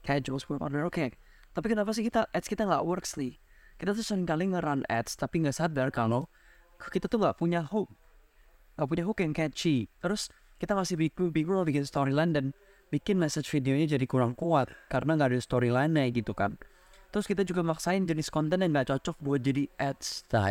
kayak Joe's World Order, oke. Tapi kenapa sih ads kita nggak works nih? Kita tuh sering kali nge-run ads tapi nggak sadar kalau kita tuh nggak punya hook yang catchy. Terus kita masih bingung bikin storyline dan bikin message videonya jadi kurang kuat karena nggak ada storyline-nya gitu kan. Terus kita juga maksain jenis konten yang nggak cocok buat jadi ads. Nah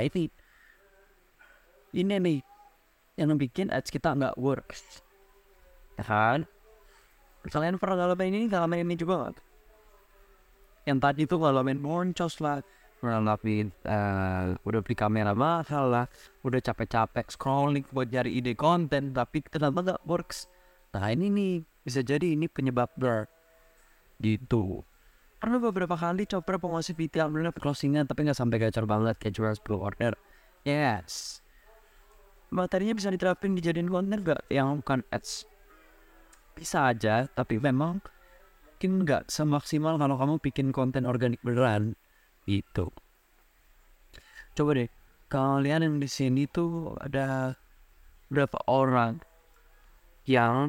ini nih yang bikin ads kita nggak works, ya kan? Kalian pernah ngalamin ini juga nggak? Yang tadi tuh ngalamin boncos lah, ngalamin udah beli kamera mahal lah, udah capek-capek scrolling buat nyari ide konten tapi kenapa nggak works. Nah ini nih bisa jadi ini penyebab blur gitu. Karena beberapa kali coba promosi video bener closingnya tapi nggak sampai gacor banget kayak Joe's World Order. Yes, materinya bisa diterapin dijadiin konten gak yang bukan ads? Bisa aja, tapi memang mungkin gak semaksimal kalau kamu bikin konten organik beneran gitu. Coba deh, kalian yang di sini tuh ada berapa orang yang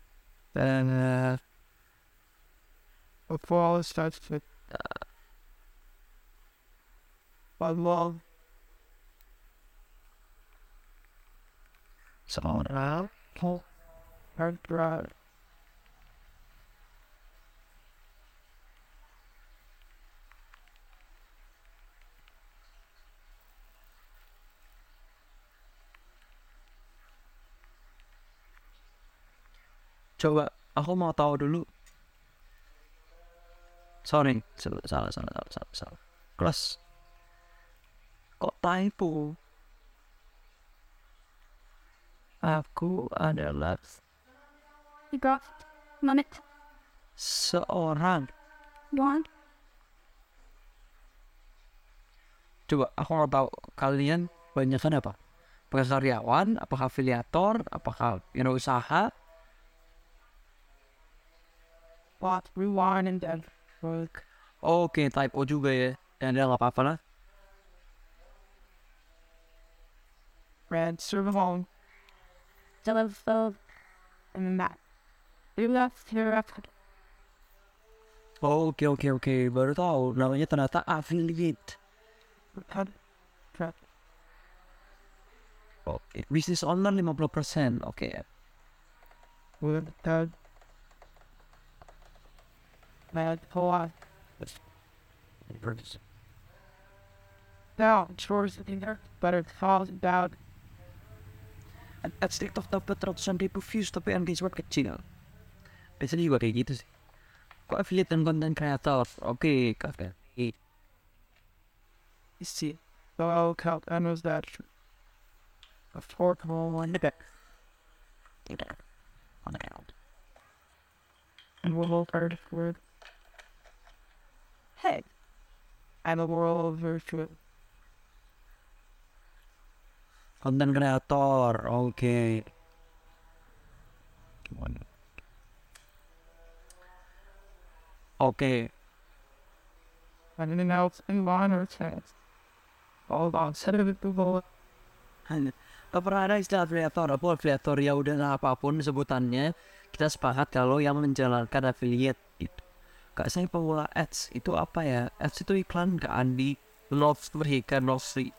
Before starts with long seorang hard drive. coba aku mau tahu dulu. Sorry, salah. Kelas kok typo? Aku adalah You got minute seorang. one. Coba aku mau tahu kalian banyakkan apa? Apakah karyawan, apakah afiliator, apakah usaha? But rewind and then work. Oke, typo juga ya. Dan ada nggak apa-apa lah. Red server home Telephone. and that. You left here after Oke. Baru tahu namanya ternyata affiliate. had trap. Oke, bisnis online 50%. Oke. With that. Mad polite. Now, chores in there, but it falls down. Ads TikTok dapat ratusan ribu views tapi engagement kecil. Biasanya juga kayak gitu sih. Kok affiliate dan content creator? Oke, kakak. See, the count and was that a fourth one and we'll heard word. Hey, I'm a world virtual. Content creator, oke. Oke, And then else in line or chance. All on set of it to go. gak pernah ada istilah afiliator. Afiliator ya udah apapun sebutannya. Kita sepakat kalau yang menjalankan affiliate itu. Kak saya pemula ads itu apa ya? Ads itu iklan ke Andi, Love berikan Love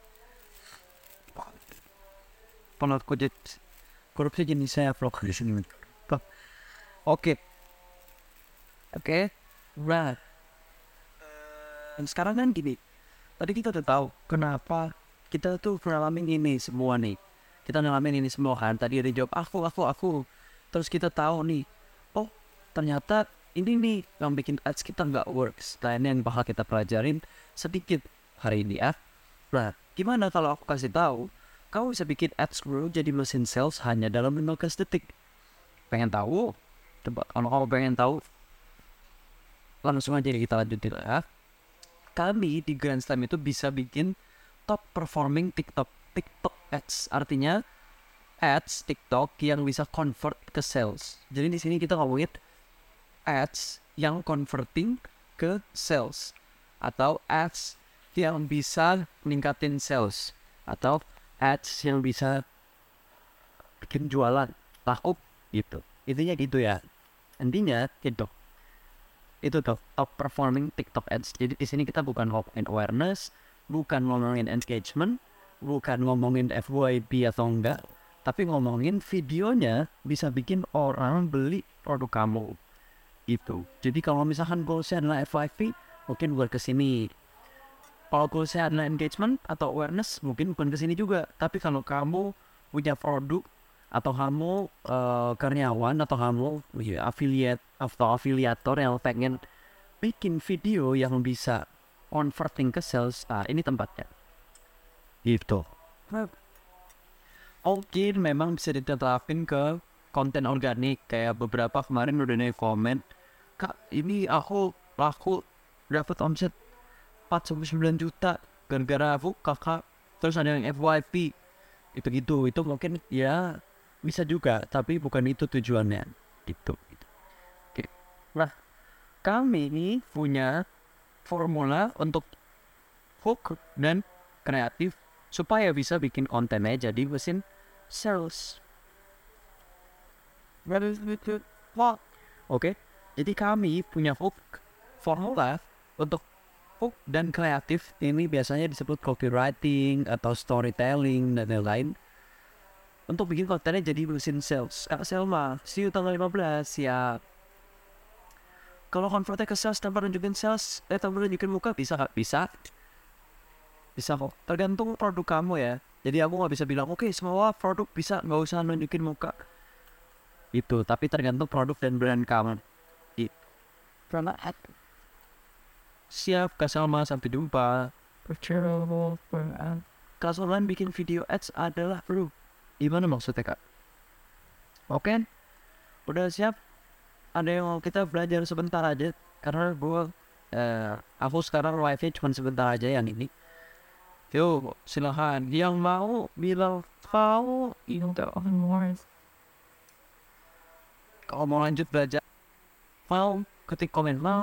penat korupsi jenis saya vlog di sini. Oke, right. Dan sekarang kan gini, tadi kita udah tahu kenapa kita tuh ngalamin ini semua nih. Kita ngalamin ini semua kan. Tadi ada jawab aku. Terus kita tahu nih, oh ternyata ini nih yang bikin ads kita nggak works. Nah ini yang bakal kita pelajarin sedikit hari ini ya. Nah, gimana kalau aku kasih tahu, kamu bisa bikin ads bro jadi mesin sales hanya dalam 15 detik. Pengen tahu? Coba kalau kamu pengen tahu, langsung aja kita lanjutin ya. Kami di Grand Slam itu bisa bikin top performing TikTok ads. Artinya ads TikTok yang bisa convert ke sales. Jadi di sini kita ngomongin ads yang converting ke sales atau ads yang bisa meningkatin sales atau ads yang bisa bikin jualan laku gitu. Intinya gitu ya. Intinya gitu. Itu tuh top performing TikTok ads. Jadi di sini kita bukan ngomongin awareness, bukan ngomongin engagement, bukan ngomongin FYP atau enggak, tapi ngomongin videonya bisa bikin orang beli produk kamu. Gitu. Jadi kalau misalkan goalsnya adalah FYP, mungkin bukan ke sini. Kalau goalsnya adalah engagement atau awareness, mungkin bukan ke sini juga. Tapi kalau kamu punya produk atau kamu karyawan atau kamu affiliate atau afiliator yang pengen bikin video yang bisa converting ke sales, nah ini tempatnya. Gitu. Mungkin memang bisa diterapin ke konten organik, kayak beberapa kemarin udah naik komen, kak ini aku laku dapat omset 4-9 juta gara-gara aku kakak, terus ada yang FYP gitu, itu mungkin ya bisa juga, tapi bukan itu tujuannya gitu. Oke. Nah, kami ini punya formula untuk hook dan kreatif supaya bisa bikin kontennya jadi mesin sales. Oke, jadi kami punya hook formula untuk hook dan kreatif. Ini biasanya disebut copywriting atau storytelling dan lain-lain. Untuk bikin kontennya jadi mesin sales. Selma, see you tanggal 15 ya. Kalau convertnya ke sales tanpa nunjukin sales, tanpa nunjukin muka, bisa gak? Bisa. Bisa kok. Tergantung produk kamu ya. Jadi aku gak bisa bilang, oke, semua produk bisa, gak usah nunjukin muka. Itu, tapi tergantung produk dan brand kamu. Gitu. Siap, Kak Salma, sampai jumpa. Kak Salma bikin video ads adalah bro. Gimana maksudnya kak? Oke, udah siap? Ada yang mau kita belajar sebentar aja? Karena aku sekarang live-nya cuma sebentar aja yang ini. Yuk, silahkan. Yang mau bilang mau kalau mau lanjut belajar, mau ketik komen mau.